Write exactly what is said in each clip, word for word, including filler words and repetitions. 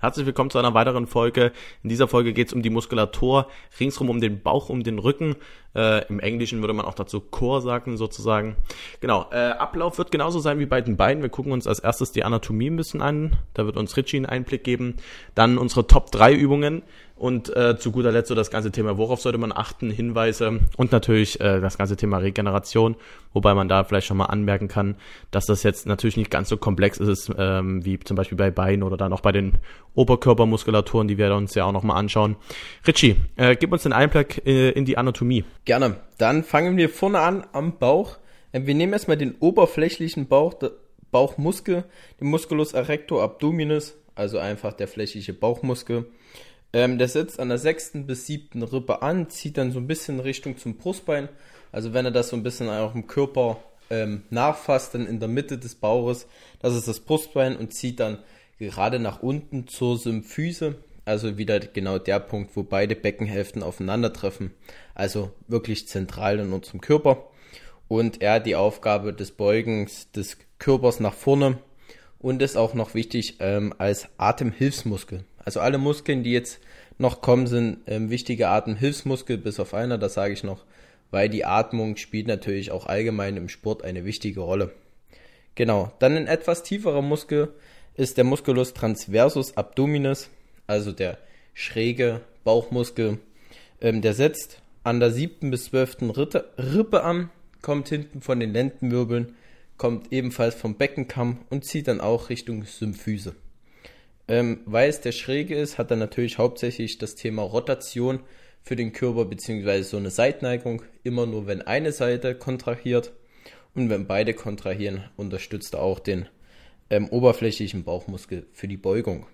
Herzlich willkommen zu einer weiteren Folge. In dieser Folge geht es um die Muskulatur ringsrum um den Bauch, um den Rücken. Äh, Im Englischen würde man auch dazu Core sagen sozusagen. Genau, äh, Ablauf wird genauso sein wie bei den Beinen. Wir gucken uns als erstes die Anatomie ein bisschen an. Da wird uns Richie einen Einblick geben. Dann unsere Top drei Übungen. Und äh, zu guter Letzt so das ganze Thema, worauf sollte man achten, Hinweise und natürlich äh, das ganze Thema Regeneration, wobei man da vielleicht schon mal anmerken kann, dass das jetzt natürlich nicht ganz so komplex ist, ähm, wie zum Beispiel bei Beinen oder dann auch bei den Oberkörpermuskulaturen, die wir uns ja auch nochmal anschauen. Richie, äh, gib uns den Einblick äh, in die Anatomie. Gerne. Dann fangen wir vorne an am Bauch. Wir nehmen erstmal den oberflächlichen Bauch, der Bauchmuskel, den Musculus erector abdominis, also einfach der flächliche Bauchmuskel. Ähm, der sitzt an der sechsten bis siebten Rippe an, zieht dann so ein bisschen Richtung zum Brustbein. Also wenn er das so ein bisschen auch im Körper ähm, nachfasst, dann in der Mitte des Bauches, das ist das Brustbein und zieht dann gerade nach unten zur Symphyse. Also wieder genau der Punkt, wo beide Beckenhälften aufeinandertreffen. Also wirklich zentral in unserem Körper. Und er hat die Aufgabe des Beugens des Körpers nach vorne und ist auch noch wichtig ähm, als Atemhilfsmuskel. Also alle Muskeln, die jetzt noch kommen, sind ähm, wichtige Atemhilfsmuskel, bis auf einer, das sage ich noch, weil die Atmung spielt natürlich auch allgemein im Sport eine wichtige Rolle. Genau, dann ein etwas tieferer Muskel ist der Musculus transversus abdominis, also der schräge Bauchmuskel. Ähm, der setzt an der siebten bis zwölften Rippe an, kommt hinten von den Lendenwirbeln, kommt ebenfalls vom Beckenkamm und zieht dann auch Richtung Symphyse. Ähm, weil es der schräge ist, hat er natürlich hauptsächlich das Thema Rotation für den Körper bzw. so eine Seitneigung. Immer nur, wenn eine Seite kontrahiert und wenn beide kontrahieren, unterstützt er auch den ähm, oberflächlichen Bauchmuskel für die Beugung.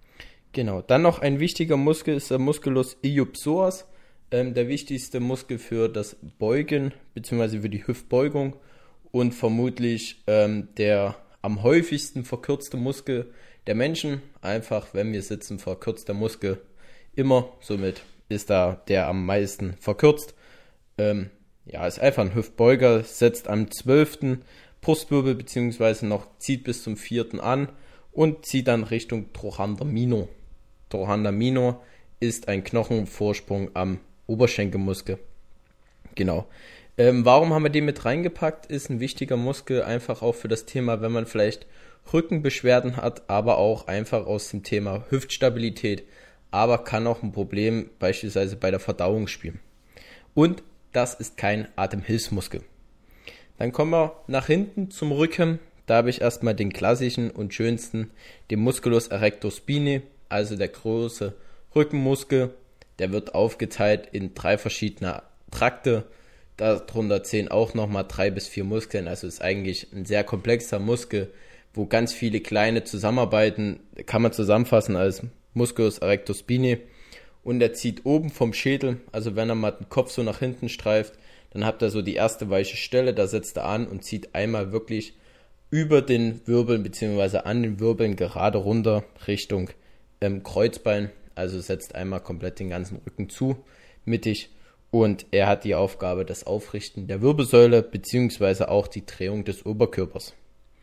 Genau, dann noch ein wichtiger Muskel ist der Musculus iliopsoas, ähm, der wichtigste Muskel für das Beugen bzw. für die Hüftbeugung und vermutlich ähm, der am häufigsten verkürzte Muskel der Menschen. Einfach, wenn wir sitzen, verkürzt der Muskel immer. Somit ist da der am meisten verkürzt. Ähm, ja, ist einfach ein Hüftbeuger, setzt am zwölften Brustwirbel bzw. noch zieht bis zum vierten an und zieht dann Richtung Trochanter minor. Trochanter minor ist ein Knochenvorsprung am Oberschenkelmuskel. Genau. Ähm, warum haben wir den mit reingepackt? Ist ein wichtiger Muskel, einfach auch für das Thema, wenn man vielleicht Rückenbeschwerden hat, aber auch einfach aus dem Thema Hüftstabilität, aber kann auch ein Problem beispielsweise bei der Verdauung spielen. Und das ist kein Atemhilfsmuskel. Dann kommen wir nach hinten zum Rücken. Da habe ich erstmal den klassischen und schönsten, den Musculus erector spinae, also der große Rückenmuskel. Der wird aufgeteilt in drei verschiedene Trakte. Darunter zählen auch nochmal drei bis vier Muskeln. Also ist eigentlich ein sehr komplexer Muskel, wo ganz viele kleine zusammenarbeiten, kann man zusammenfassen als Musculus erector spinae. Und er zieht oben vom Schädel, also wenn er mal den Kopf so nach hinten streift, dann habt ihr so die erste weiche Stelle, da setzt er an und zieht einmal wirklich über den Wirbeln bzw. an den Wirbeln gerade runter Richtung ähm, Kreuzbein. Also setzt einmal komplett den ganzen Rücken zu, mittig. Und er hat die Aufgabe, das Aufrichten der Wirbelsäule bzw. auch die Drehung des Oberkörpers.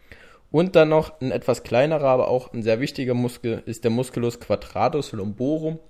Und dann noch ein etwas kleinerer, aber auch ein sehr wichtiger Muskel ist der Musculus quadratus lumborum.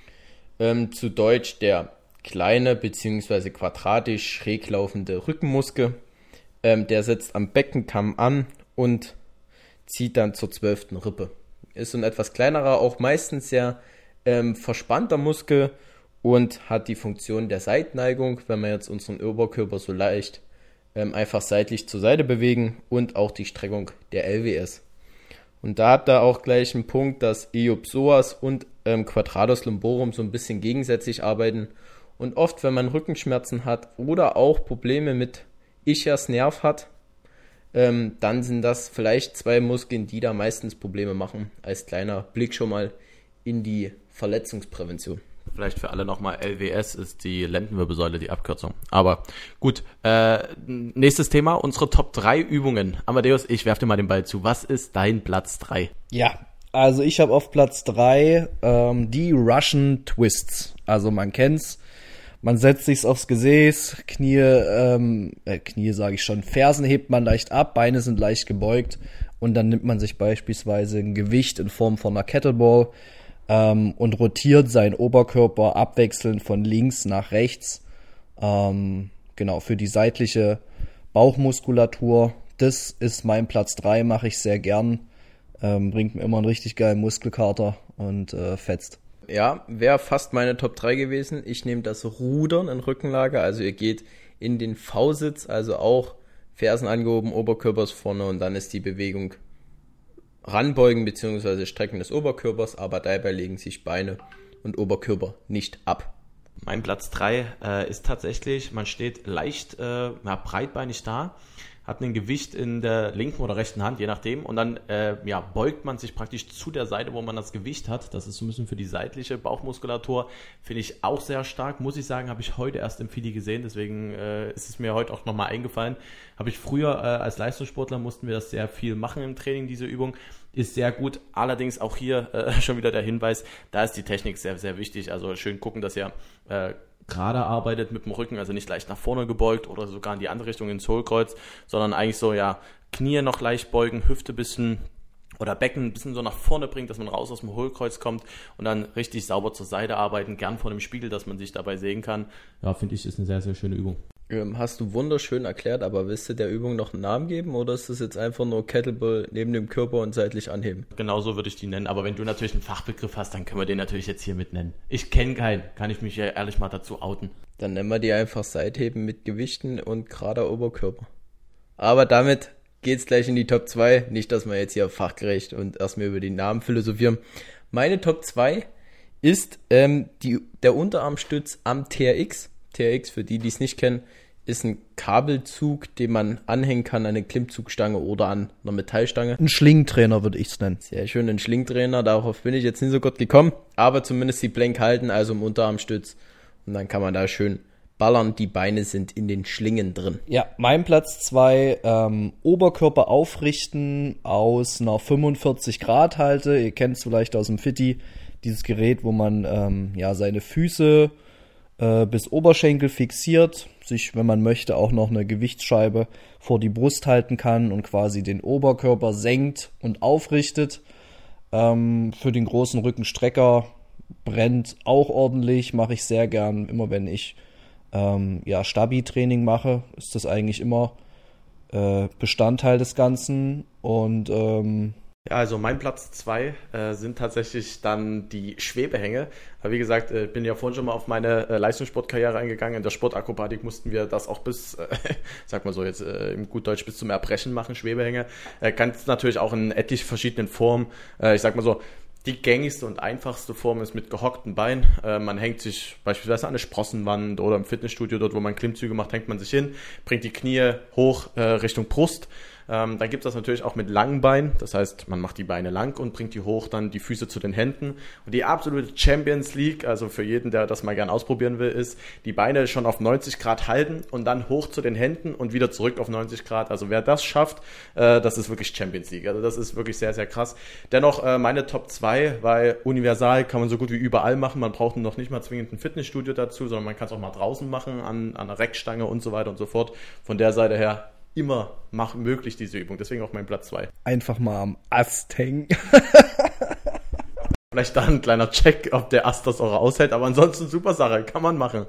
Ähm, zu Deutsch der kleine bzw. quadratisch schräg laufende Rückenmuskel. Ähm, der setzt am Beckenkamm an und zieht dann zur zwölften Rippe. Ist ein etwas kleinerer, auch meistens sehr ähm, verspannter Muskel und hat die Funktion der Seitneigung, wenn wir jetzt unseren Oberkörper so leicht ähm, einfach seitlich zur Seite bewegen und auch die Streckung der L W S. Und da habt ihr auch gleich einen Punkt, dass iliopsoas und ähm, quadratus lumborum so ein bisschen gegensätzlich arbeiten. Und oft, wenn man Rückenschmerzen hat oder auch Probleme mit Ischiasnerv hat, ähm, dann sind das vielleicht zwei Muskeln, die da meistens Probleme machen. Als kleiner Blick schon mal in die Verletzungsprävention. Vielleicht für alle nochmal, L W S ist die Lendenwirbelsäule, die Abkürzung. Aber gut, äh, nächstes Thema, unsere Top drei Übungen. Amadeus, ich werfe dir mal den Ball zu. Was ist dein Platz drei? Ja, also ich habe auf Platz drei ähm, die Russian Twists. Also man kennt's. Man setzt sich's aufs Gesäß, Knie, ähm, äh, Knie sage ich schon, Fersen hebt man leicht ab, Beine sind leicht gebeugt und dann nimmt man sich beispielsweise ein Gewicht in Form von einer Kettlebell ähm, und rotiert seinen Oberkörper abwechselnd von links nach rechts. Ähm, genau, für die seitliche Bauchmuskulatur. Das ist mein Platz drei, mache ich sehr gern. Ähm, bringt mir immer einen richtig geilen Muskelkater und äh, fetzt. Ja, wäre fast meine Top drei gewesen. Ich nehme das Rudern in Rückenlage. Also ihr geht in den V-Sitz, also auch Fersen angehoben, Oberkörper ist vorne und dann ist die Bewegung ranbeugen bzw. Strecken des Oberkörpers, aber dabei legen sich Beine und Oberkörper nicht ab. Mein Platz drei äh, ist tatsächlich, man steht leicht äh, ja, breitbeinig da, hat ein Gewicht in der linken oder rechten Hand, je nachdem, und dann äh, ja, beugt man sich praktisch zu der Seite, wo man das Gewicht hat. Das ist so ein bisschen für die seitliche Bauchmuskulatur, finde ich auch sehr stark. Muss ich sagen, habe ich heute erst im Fili gesehen, deswegen äh, ist es mir heute auch nochmal eingefallen. Habe ich früher äh, als Leistungssportler, mussten wir das sehr viel machen im Training, diese Übung. Ist sehr gut, allerdings auch hier äh, schon wieder der Hinweis, da ist die Technik sehr, sehr wichtig. Also schön gucken, dass ihr äh, gerade arbeitet mit dem Rücken, also nicht leicht nach vorne gebeugt oder sogar in die andere Richtung ins Hohlkreuz, sondern eigentlich so, ja, Knie noch leicht beugen, Hüfte ein bisschen oder Becken ein bisschen so nach vorne bringt, dass man raus aus dem Hohlkreuz kommt und dann richtig sauber zur Seite arbeiten, gern vor dem Spiegel, dass man sich dabei sehen kann. Ja, finde ich, ist eine sehr, sehr schöne Übung. Ähm, hast du wunderschön erklärt, aber willst du der Übung noch einen Namen geben oder ist das jetzt einfach nur Kettlebell neben dem Körper und seitlich anheben? Genauso würde ich die nennen, aber wenn du natürlich einen Fachbegriff hast, dann können wir den natürlich jetzt hier mit nennen. Ich kenne keinen, kann ich mich ja ehrlich mal dazu outen. Dann nennen wir die einfach Seitheben mit Gewichten und gerader Oberkörper. Aber damit geht's gleich in die Top zwei, nicht, dass wir jetzt hier fachgerecht und erstmal über die Namen philosophieren. Meine Top zwei ist ähm, die, der Unterarmstütz am T R X. T R X, für die, die es nicht kennen, ist ein Kabelzug, den man anhängen kann an eine Klimmzugstange oder an einer Metallstange. Ein Schlingentrainer würde ich es nennen. Sehr schön, ein Schlingentrainer, darauf bin ich jetzt nicht so gut gekommen, aber zumindest die Plank halten, also im Unterarmstütz. Und dann kann man da schön ballern, die Beine sind in den Schlingen drin. Ja, mein Platz zwei, ähm, Oberkörper aufrichten aus einer fünfundvierzig Grad Halte. Ihr kennt es vielleicht aus dem Fitti, dieses Gerät, wo man ähm, ja seine Füße äh, bis Oberschenkel fixiert, sich, wenn man möchte, auch noch eine Gewichtsscheibe vor die Brust halten kann und quasi den Oberkörper senkt und aufrichtet. Ähm, für den großen Rückenstrecker brennt auch ordentlich, mache ich sehr gern, immer wenn ich ähm, ja, Stabi-Training mache, ist das eigentlich immer äh, Bestandteil des Ganzen. Und ähm, ja, also mein Platz zwei äh, sind tatsächlich dann die Schwebehänge. Aber wie gesagt, ich äh, bin ja vorhin schon mal auf meine äh, Leistungssportkarriere eingegangen. In der Sportakrobatik mussten wir das auch bis, äh, sag mal so jetzt äh, im Gutdeutsch, bis zum Erbrechen machen, Schwebehänge. Äh, kann es natürlich auch in etlich verschiedenen Formen. Äh, ich sag mal so, die gängigste und einfachste Form ist mit gehockten Beinen. Äh, man hängt sich beispielsweise an eine Sprossenwand oder im Fitnessstudio, dort wo man Klimmzüge macht, hängt man sich hin, bringt die Knie hoch äh, Richtung Brust. Ähm, dann gibt es das natürlich auch mit langen Beinen. Das heißt, man macht die Beine lang und bringt die hoch, dann die Füße zu den Händen. Und die absolute Champions League, also für jeden, der das mal gern ausprobieren will, ist, die Beine schon auf neunzig Grad halten und dann hoch zu den Händen und wieder zurück auf neunzig Grad. Also wer das schafft, äh, das ist wirklich Champions League. Also das ist wirklich sehr, sehr krass. Dennoch äh, meine Top zwei, weil universal kann man so gut wie überall machen. Man braucht noch nicht mal zwingend ein Fitnessstudio dazu, sondern man kann es auch mal draußen machen, an, an einer Reckstange und so weiter und so fort. Von der Seite her immer mach, möglich, diese Übung. Deswegen auch mein Platz zwei. Einfach mal am Ast hängen. Vielleicht da ein kleiner Check, ob der Ast das auch aushält, aber ansonsten super Sache, kann man machen.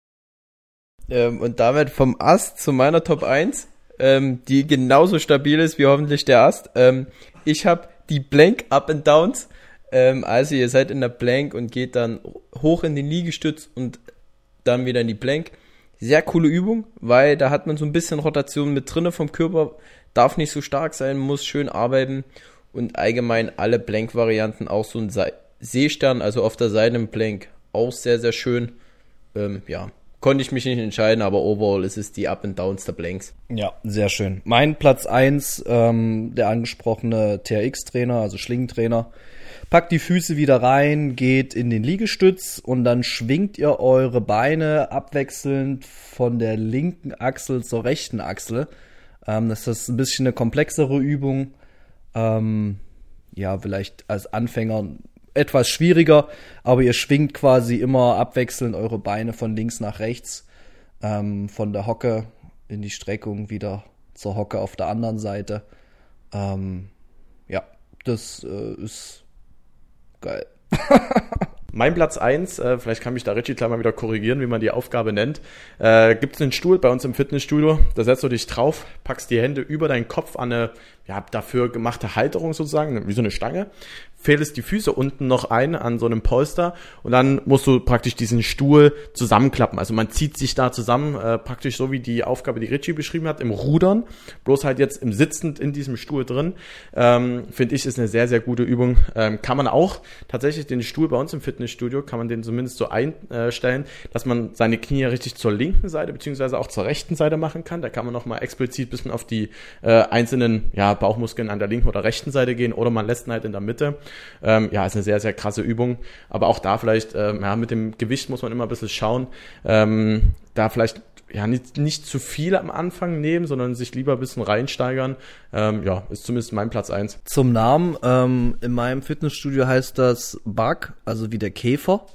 Ähm, und damit vom Ast zu meiner Top eins, ähm, die genauso stabil ist wie hoffentlich der Ast. Ähm, ich habe die Plank Up and Downs. Ähm, also ihr seid in der Plank und geht dann hoch in den Liegestütz und dann wieder in die Plank. Sehr coole Übung, weil da hat man so ein bisschen Rotation mit drinne vom Körper, darf nicht so stark sein, muss schön arbeiten und allgemein alle Plank-Varianten, auch so ein Se- Seestern, also auf der Seite im Plank, auch sehr, sehr schön. Ähm, ja, konnte ich mich nicht entscheiden, aber overall ist es die Up and Downs der Planks. Ja, sehr schön. Mein Platz eins, ähm, der angesprochene T R X-Trainer, also Schlingentrainer. Packt die Füße wieder rein, geht in den Liegestütz und dann schwingt ihr eure Beine abwechselnd von der linken Achsel zur rechten Achsel. Ähm, das ist ein bisschen eine komplexere Übung. Ähm, ja, vielleicht als Anfänger etwas schwieriger, aber ihr schwingt quasi immer abwechselnd eure Beine von links nach rechts, ähm, von der Hocke in die Streckung wieder zur Hocke auf der anderen Seite. Ähm, das äh, ist geil. Mein Platz eins, äh, vielleicht kann mich da Richie gleich mal wieder korrigieren, wie man die Aufgabe nennt, äh, gibt es einen Stuhl bei uns im Fitnessstudio, da setzt du dich drauf, packst die Hände über deinen Kopf an eine ja, dafür gemachte Halterung sozusagen, wie so eine Stange, fädelst die Füße unten noch ein an so einem Polster und dann musst du praktisch diesen Stuhl zusammenklappen. Also man zieht sich da zusammen, äh, praktisch so wie die Aufgabe, die Richie beschrieben hat, im Rudern, bloß halt jetzt im Sitzend in diesem Stuhl drin. Ähm, finde ich, ist eine sehr, sehr gute Übung. Ähm, kann man auch tatsächlich den Stuhl bei uns im Fitnessstudio, kann man den zumindest so einstellen, dass man seine Knie richtig zur linken Seite beziehungsweise auch zur rechten Seite machen kann. Da kann man nochmal explizit ein bisschen auf die äh, einzelnen ja, Bauchmuskeln an der linken oder rechten Seite gehen oder man lässt ihn halt in der Mitte. Ähm, ja, ist eine sehr, sehr krasse Übung. Aber auch da vielleicht, ähm, ja, mit dem Gewicht muss man immer ein bisschen schauen. Ähm, da vielleicht ja nicht, nicht zu viel am Anfang nehmen, sondern sich lieber ein bisschen reinsteigern. Ähm, ja, ist zumindest mein Platz eins. Zum Namen, ähm, in meinem Fitnessstudio heißt das Bug, also wie der Käfer.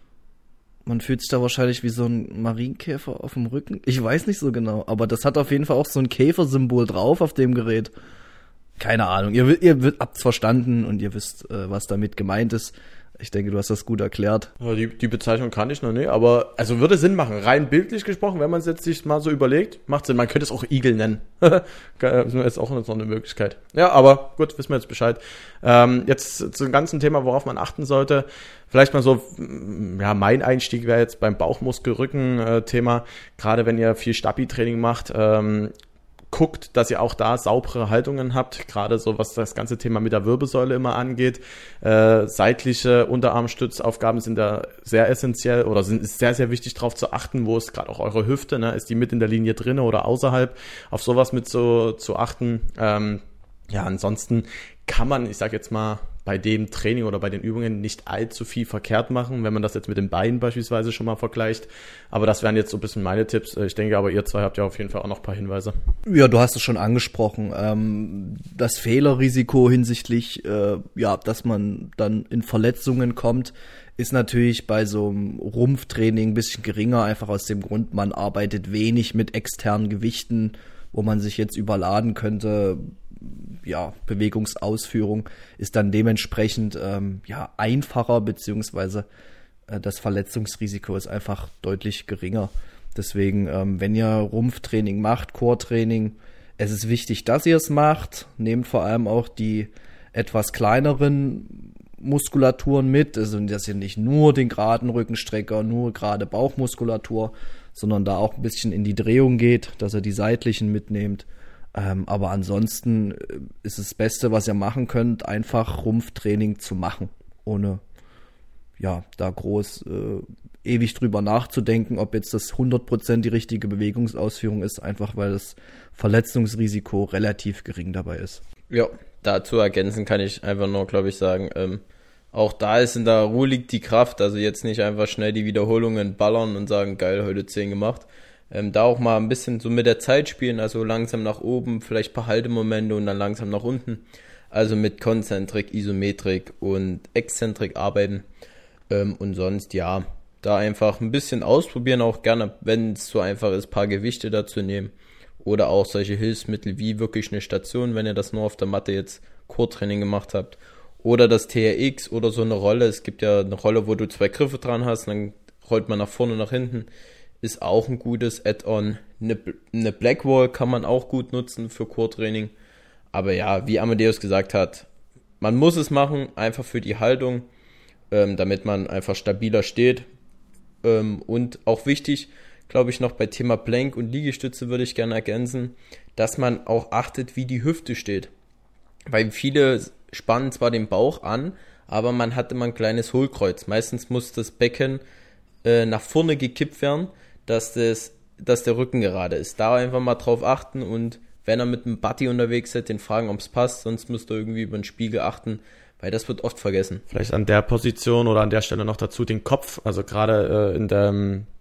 Man fühlt sich da wahrscheinlich wie so ein Marienkäfer auf dem Rücken. Ich weiß nicht so genau, aber das hat auf jeden Fall auch so ein Käfersymbol drauf auf dem Gerät. Keine Ahnung, ihr, ihr habt's verstanden und ihr wisst, äh, was damit gemeint ist. Ich denke, du hast das gut erklärt. Ja, die, die Bezeichnung kann ich noch nicht, aber also würde Sinn machen. Rein bildlich gesprochen, wenn man es jetzt sich mal so überlegt, macht Sinn. Man könnte es auch Igel nennen. Das ist auch noch eine Möglichkeit. Ja, aber gut, wissen wir jetzt Bescheid. Ähm, jetzt zum ganzen Thema, worauf man achten sollte. Vielleicht mal so, ja, mein Einstieg wäre jetzt beim Bauchmuskel-Rücken-Thema. Gerade wenn ihr viel Stabi-Training macht, ähm, guckt, dass ihr auch da saubere Haltungen habt, gerade so was das ganze Thema mit der Wirbelsäule immer angeht. Äh, seitliche Unterarmstützaufgaben sind da sehr essentiell oder sind ist sehr, sehr wichtig darauf zu achten, wo ist gerade auch eure Hüfte, ne? Ist die mit in der Linie drin oder außerhalb, auf sowas mit so zu achten. Ähm, ja, ansonsten kann man, ich sag jetzt mal, bei dem Training oder bei den Übungen nicht allzu viel verkehrt machen, wenn man das jetzt mit den Beinen beispielsweise schon mal vergleicht. Aber das wären jetzt so ein bisschen meine Tipps. Ich denke aber, ihr zwei habt ja auf jeden Fall auch noch ein paar Hinweise. Ja, du hast es schon angesprochen. Ähm, das Fehlerrisiko hinsichtlich, äh, ja, dass man dann in Verletzungen kommt, ist natürlich bei so einem Rumpftraining ein bisschen geringer, einfach aus dem Grund, man arbeitet wenig mit externen Gewichten, wo man sich jetzt überladen könnte. Ja, Bewegungsausführung ist dann dementsprechend ähm, ja einfacher, beziehungsweise äh, das Verletzungsrisiko ist einfach deutlich geringer. Deswegen, ähm, wenn ihr Rumpftraining macht, Core-Training, es ist wichtig, dass ihr es macht. Nehmt vor allem auch die etwas kleineren Muskulaturen mit, also dass ihr nicht nur den geraden Rückenstrecker, nur gerade Bauchmuskulatur, sondern da auch ein bisschen in die Drehung geht, dass ihr die seitlichen mitnehmt. Ähm, aber ansonsten ist das Beste, was ihr machen könnt, einfach Rumpftraining zu machen, ohne ja da groß äh, ewig drüber nachzudenken, ob jetzt das hundert Prozent die richtige Bewegungsausführung ist, einfach weil das Verletzungsrisiko relativ gering dabei ist. Ja, dazu ergänzen kann ich einfach nur, glaube ich, sagen, ähm, auch da ist in der Ruhe liegt die Kraft, also jetzt nicht einfach schnell die Wiederholungen ballern und sagen, geil, heute zehn gemacht. Ähm, da auch mal ein bisschen so mit der Zeit spielen, also langsam nach oben, vielleicht ein paar Haltemomente und dann langsam nach unten. Also mit Konzentrik, Isometrik und Exzentrik arbeiten. Ähm, und sonst, ja, da einfach ein bisschen ausprobieren, auch gerne, wenn es so einfach ist, ein paar Gewichte dazu nehmen. Oder auch solche Hilfsmittel wie wirklich eine Station, wenn ihr das nur auf der Matte jetzt Core-Training gemacht habt. Oder das T R X oder so eine Rolle. Es gibt ja eine Rolle, wo du zwei Griffe dran hast, dann rollt man nach vorne, nach hinten. Ist auch ein gutes Add-on. Eine, eine Blackwall kann man auch gut nutzen für Core-Training. Aber ja, wie Amadeus gesagt hat, man muss es machen, einfach für die Haltung, ähm, damit man einfach stabiler steht. Ähm, und auch wichtig, glaube ich, noch bei Thema Plank und Liegestütze würde ich gerne ergänzen, dass man auch achtet, wie die Hüfte steht. Weil viele spannen zwar den Bauch an, aber man hat immer ein kleines Hohlkreuz. Meistens muss das Becken äh, nach vorne gekippt werden, dass das, dass der Rücken gerade ist. Da einfach mal drauf achten und wenn er mit einem Buddy unterwegs ist, den fragen, ob es passt, sonst müsst ihr irgendwie über den Spiegel achten, weil das wird oft vergessen. Vielleicht an der Position oder an der Stelle noch dazu den Kopf, also gerade äh, in der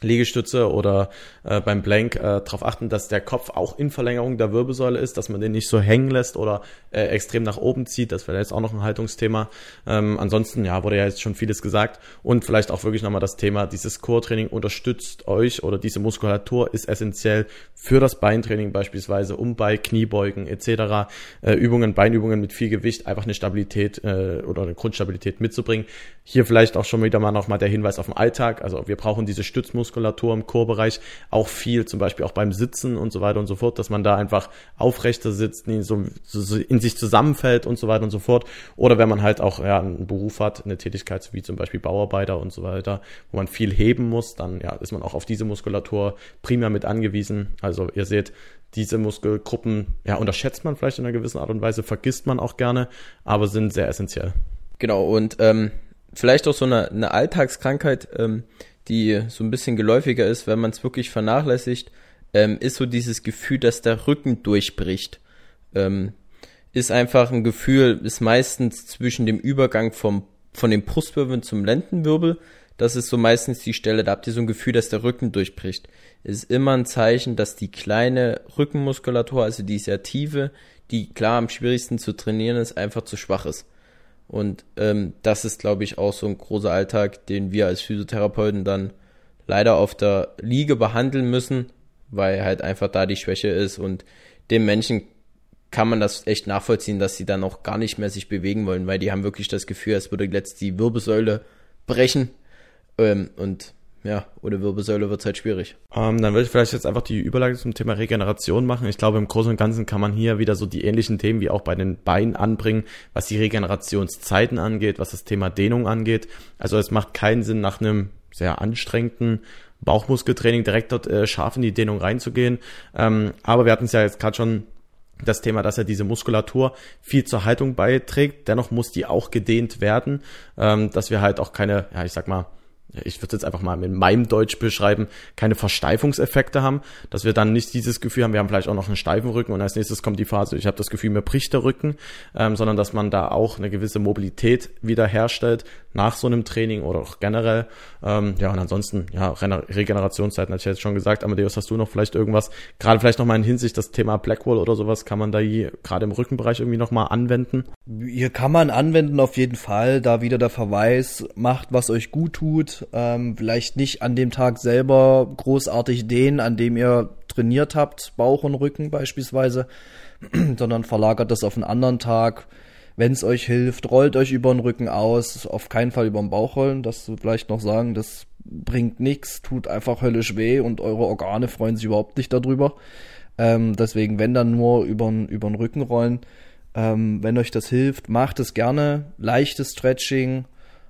Liegestütze oder äh, beim Plank äh, darauf achten, dass der Kopf auch in Verlängerung der Wirbelsäule ist, dass man den nicht so hängen lässt oder äh, extrem nach oben zieht. Das wäre jetzt auch noch ein Haltungsthema. Ähm, ansonsten, ja, wurde ja jetzt schon vieles gesagt. Und vielleicht auch wirklich nochmal das Thema, dieses Core-Training unterstützt euch oder diese Muskulatur ist essentiell für das Beintraining beispielsweise, um bei Kniebeugen et cetera äh, Übungen, Beinübungen mit viel Gewicht einfach eine Stabilität äh, oder eine Grundstabilität mitzubringen. Hier vielleicht auch schon wieder mal nochmal der Hinweis auf den Alltag. Also wir brauchen diese Stützmuskulatur im Core-Bereich auch viel, zum Beispiel auch beim Sitzen und so weiter und so fort, dass man da einfach aufrechter sitzt, so, so in sich zusammenfällt und so weiter und so fort. Oder wenn man halt auch ja, einen Beruf hat, eine Tätigkeit wie zum Beispiel Bauarbeiter und so weiter, wo man viel heben muss, dann ja, ist man auch auf diese Muskulatur primär mit angewiesen. Also ihr seht, diese Muskelgruppen ja, unterschätzt man vielleicht in einer gewissen Art und Weise, vergisst man auch gerne, aber sind sehr essentiell. Genau, und ähm, vielleicht auch so eine, eine Alltagskrankheit, ähm, die so ein bisschen geläufiger ist, wenn man es wirklich vernachlässigt, ähm, ist so dieses Gefühl, dass der Rücken durchbricht. Ähm, ist einfach ein Gefühl, ist meistens zwischen dem Übergang vom von den Brustwirbeln zum Lendenwirbel. Das ist so meistens die Stelle, da habt ihr so ein Gefühl, dass der Rücken durchbricht. Ist immer ein Zeichen, dass die kleine Rückenmuskulatur, also die sehr tiefe, die klar am schwierigsten zu trainieren ist, einfach zu schwach ist. Und ähm, das ist, glaube ich, auch so ein großer Alltag, den wir als Physiotherapeuten dann leider auf der Liege behandeln müssen, weil halt einfach da die Schwäche ist und dem Menschen kann man das echt nachvollziehen, dass sie dann auch gar nicht mehr sich bewegen wollen, weil die haben wirklich das Gefühl, als würde jetzt die Wirbelsäule brechen ähm, und ja, ohne Wirbelsäule wird es halt schwierig. Ähm, dann würde ich vielleicht jetzt einfach die Überleitung zum Thema Regeneration machen. Ich glaube, im Großen und Ganzen kann man hier wieder so die ähnlichen Themen wie auch bei den Beinen anbringen, was die Regenerationszeiten angeht, was das Thema Dehnung angeht. Also es macht keinen Sinn, nach einem sehr anstrengenden Bauchmuskeltraining direkt dort äh, scharf in die Dehnung reinzugehen. Ähm, aber wir hatten es ja jetzt gerade schon das Thema, dass ja diese Muskulatur viel zur Haltung beiträgt. Dennoch muss die auch gedehnt werden, ähm, dass wir halt auch keine, ja ich sag mal, ich würde es jetzt einfach mal mit meinem Deutsch beschreiben, keine Versteifungseffekte haben, dass wir dann nicht dieses Gefühl haben, wir haben vielleicht auch noch einen steifen Rücken und als nächstes kommt die Phase, ich habe das Gefühl, mir bricht der Rücken, ähm, sondern dass man da auch eine gewisse Mobilität wieder herstellt nach so einem Training oder auch generell. Ähm, ja, und ansonsten, ja, Re- Regenerationszeiten hatte ich jetzt schon gesagt. Amadeus, hast du noch vielleicht irgendwas, gerade vielleicht nochmal in Hinsicht das Thema Blackwall oder sowas, kann man da hier gerade im Rückenbereich irgendwie nochmal anwenden? Hier kann man anwenden auf jeden Fall, da wieder der Verweis, macht, was euch gut tut. Ähm, vielleicht nicht an dem Tag selber großartig dehnen, an dem ihr trainiert habt, Bauch und Rücken beispielsweise, sondern verlagert das auf einen anderen Tag. Wenn es euch hilft, rollt euch über den Rücken aus, auf keinen Fall über den Bauch rollen, das vielleicht noch sagen, das bringt nichts, tut einfach höllisch weh und eure Organe freuen sich überhaupt nicht darüber. Ähm, deswegen, wenn dann nur über den Rücken rollen. Ähm, wenn euch das hilft, macht es gerne, leichtes Stretching,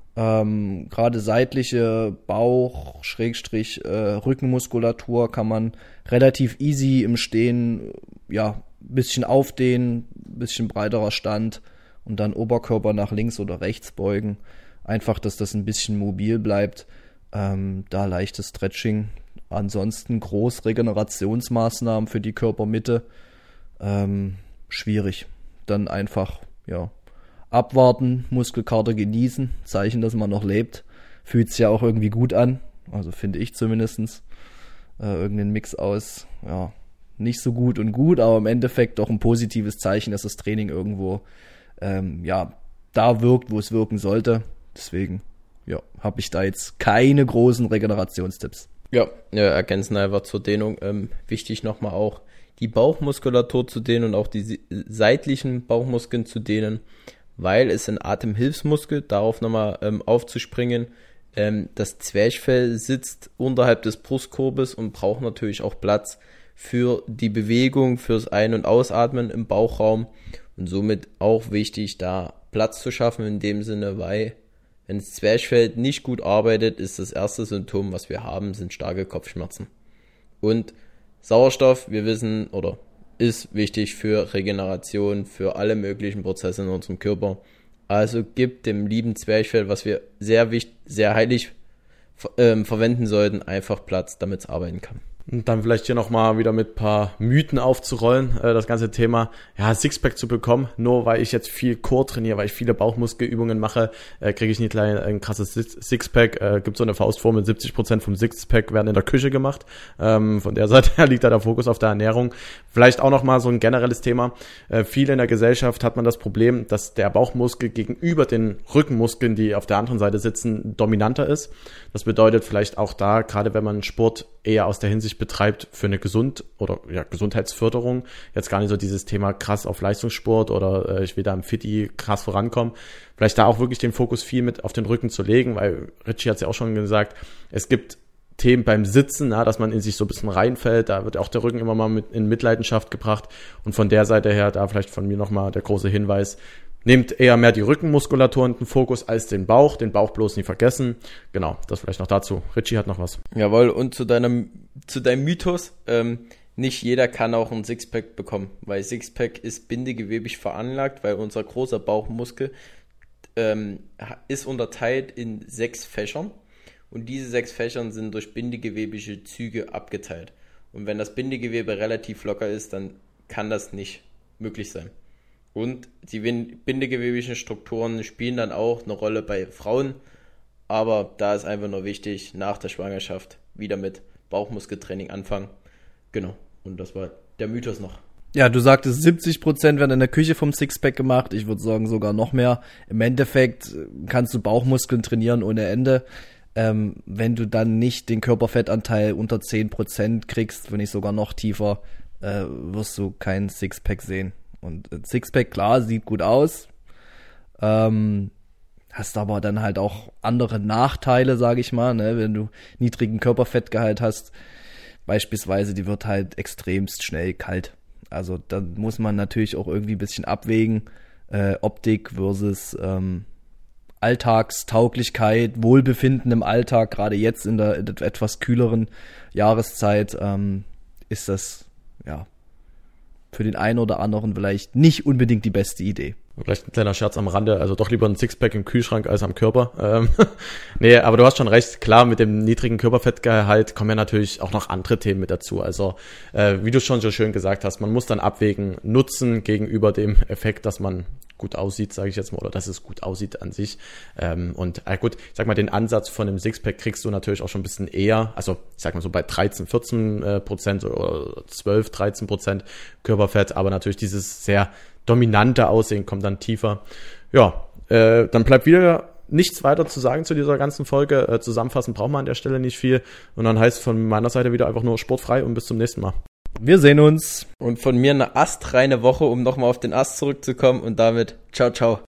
Ähm, gerade seitliche Bauch, Schrägstrich, äh, Rückenmuskulatur kann man relativ easy im Stehen, ja, bisschen aufdehnen, bisschen breiterer Stand und dann Oberkörper nach links oder rechts beugen. Einfach, dass das ein bisschen mobil bleibt. Ähm, da leichtes Stretching. Ansonsten groß Regenerationsmaßnahmen für die Körpermitte. Ähm, schwierig. Dann einfach, ja, abwarten, Muskelkater genießen, Zeichen, dass man noch lebt. Fühlt sich ja auch irgendwie gut an, also finde ich zumindestens. Äh, irgendein Mix aus, ja, nicht so gut und gut, aber im Endeffekt doch ein positives Zeichen, dass das Training irgendwo, ähm, ja, da wirkt, wo es wirken sollte. Deswegen, ja, habe ich da jetzt keine großen Regenerationstipps. Ja, ja, ergänzen einfach zur Dehnung. Ähm, wichtig nochmal auch, die Bauchmuskulatur zu dehnen und auch die seitlichen Bauchmuskeln zu dehnen, weil es ein Atemhilfsmuskel, darauf nochmal ähm, aufzuspringen, ähm, das Zwerchfell sitzt unterhalb des Brustkorbes und braucht natürlich auch Platz für die Bewegung, fürs Ein- und Ausatmen im Bauchraum und somit auch wichtig, da Platz zu schaffen in dem Sinne, weil wenn das Zwerchfell nicht gut arbeitet, ist das erste Symptom, was wir haben, sind starke Kopfschmerzen. Und Sauerstoff, wir wissen, oder ist wichtig für Regeneration, für alle möglichen Prozesse in unserem Körper. Also gibt dem lieben Zwerchfell, was wir sehr wichtig, sehr heilig ähm, verwenden sollten, einfach Platz, damit es arbeiten kann. Und dann vielleicht hier nochmal wieder mit ein paar Mythen aufzurollen, äh, das ganze Thema, ja, Sixpack zu bekommen. Nur weil ich jetzt viel Core trainiere, weil ich viele Bauchmuskelübungen mache, äh, kriege ich nicht gleich ein krasses Sixpack. Äh, gibt so eine Faustformel, siebzig Prozent vom Sixpack werden in der Küche gemacht. Ähm, von der Seite her liegt da der Fokus auf der Ernährung. Vielleicht auch nochmal so ein generelles Thema. Äh, viele in der Gesellschaft hat man das Problem, dass der Bauchmuskel gegenüber den Rückenmuskeln, die auf der anderen Seite sitzen, dominanter ist. Das bedeutet vielleicht auch da, gerade wenn man Sport eher aus der Hinsicht betreibt für eine Gesund- oder ja, Gesundheitsförderung, jetzt gar nicht so dieses Thema krass auf Leistungssport oder äh, ich will da im Fitti krass vorankommen, vielleicht da auch wirklich den Fokus viel mit auf den Rücken zu legen, weil Richie hat es ja auch schon gesagt, es gibt Themen beim Sitzen, na, dass man in sich so ein bisschen reinfällt, da wird auch der Rücken immer mal mit in Mitleidenschaft gebracht und von der Seite her, da vielleicht von mir nochmal der große Hinweis, nehmt eher mehr die Rückenmuskulatur in den Fokus als den Bauch. Den Bauch bloß nie vergessen. Genau, das vielleicht noch dazu. Richie hat noch was. Jawohl, und zu deinem, zu deinem Mythos, ähm, nicht jeder kann auch ein Sixpack bekommen, weil Sixpack ist bindegewebig veranlagt, weil unser großer Bauchmuskel ähm, ist unterteilt in sechs Fächern und diese sechs Fächern sind durch bindegewebige Züge abgeteilt. Und wenn das Bindegewebe relativ locker ist, dann kann das nicht möglich sein. Und die bindegewebischen Strukturen spielen dann auch eine Rolle bei Frauen, aber da ist einfach nur wichtig, nach der Schwangerschaft wieder mit Bauchmuskeltraining anfangen. Genau, und das war der Mythos noch. Ja, du sagtest, siebzig Prozent werden in der Küche vom Sixpack gemacht, ich würde sagen sogar noch mehr. Im Endeffekt kannst du Bauchmuskeln trainieren ohne Ende. Ähm, wenn du dann nicht den Körperfettanteil unter zehn Prozent kriegst, wenn nicht sogar noch tiefer, äh, wirst du keinen Sixpack sehen. Und Sixpack, klar, sieht gut aus, ähm, hast aber dann halt auch andere Nachteile, sage ich mal, ne? Wenn du niedrigen Körperfettgehalt hast, beispielsweise, die wird halt extremst schnell kalt. Also da muss man natürlich auch irgendwie ein bisschen abwägen, äh, Optik versus ähm, Alltagstauglichkeit, Wohlbefinden im Alltag, gerade jetzt in der, in der etwas kühleren Jahreszeit, ähm, ist das, ja, für den einen oder anderen vielleicht nicht unbedingt die beste Idee. Vielleicht ein kleiner Scherz am Rande, also doch lieber ein Sixpack im Kühlschrank als am Körper. Ähm, nee, aber du hast schon recht, klar, mit dem niedrigen Körperfettgehalt kommen ja natürlich auch noch andere Themen mit dazu. Also äh, wie du schon so schön gesagt hast, man muss dann abwägen, Nutzen gegenüber dem Effekt, dass man gut aussieht, sage ich jetzt mal, oder dass es gut aussieht an sich. Ähm, und äh, gut, ich sag mal, den Ansatz von dem Sixpack kriegst du natürlich auch schon ein bisschen eher, also ich sag mal so bei dreizehn, vierzehn äh, Prozent oder zwölf, dreizehn Prozent Körperfett, aber natürlich dieses sehr dominante Aussehen kommt dann tiefer. Ja, äh, dann bleibt wieder nichts weiter zu sagen zu dieser ganzen Folge. Äh, zusammenfassen braucht man an der Stelle nicht viel. Und dann heißt von meiner Seite wieder einfach nur sportfrei und bis zum nächsten Mal. Wir sehen uns. Und von mir eine astreine Woche, um nochmal auf den Ast zurückzukommen und damit ciao, ciao.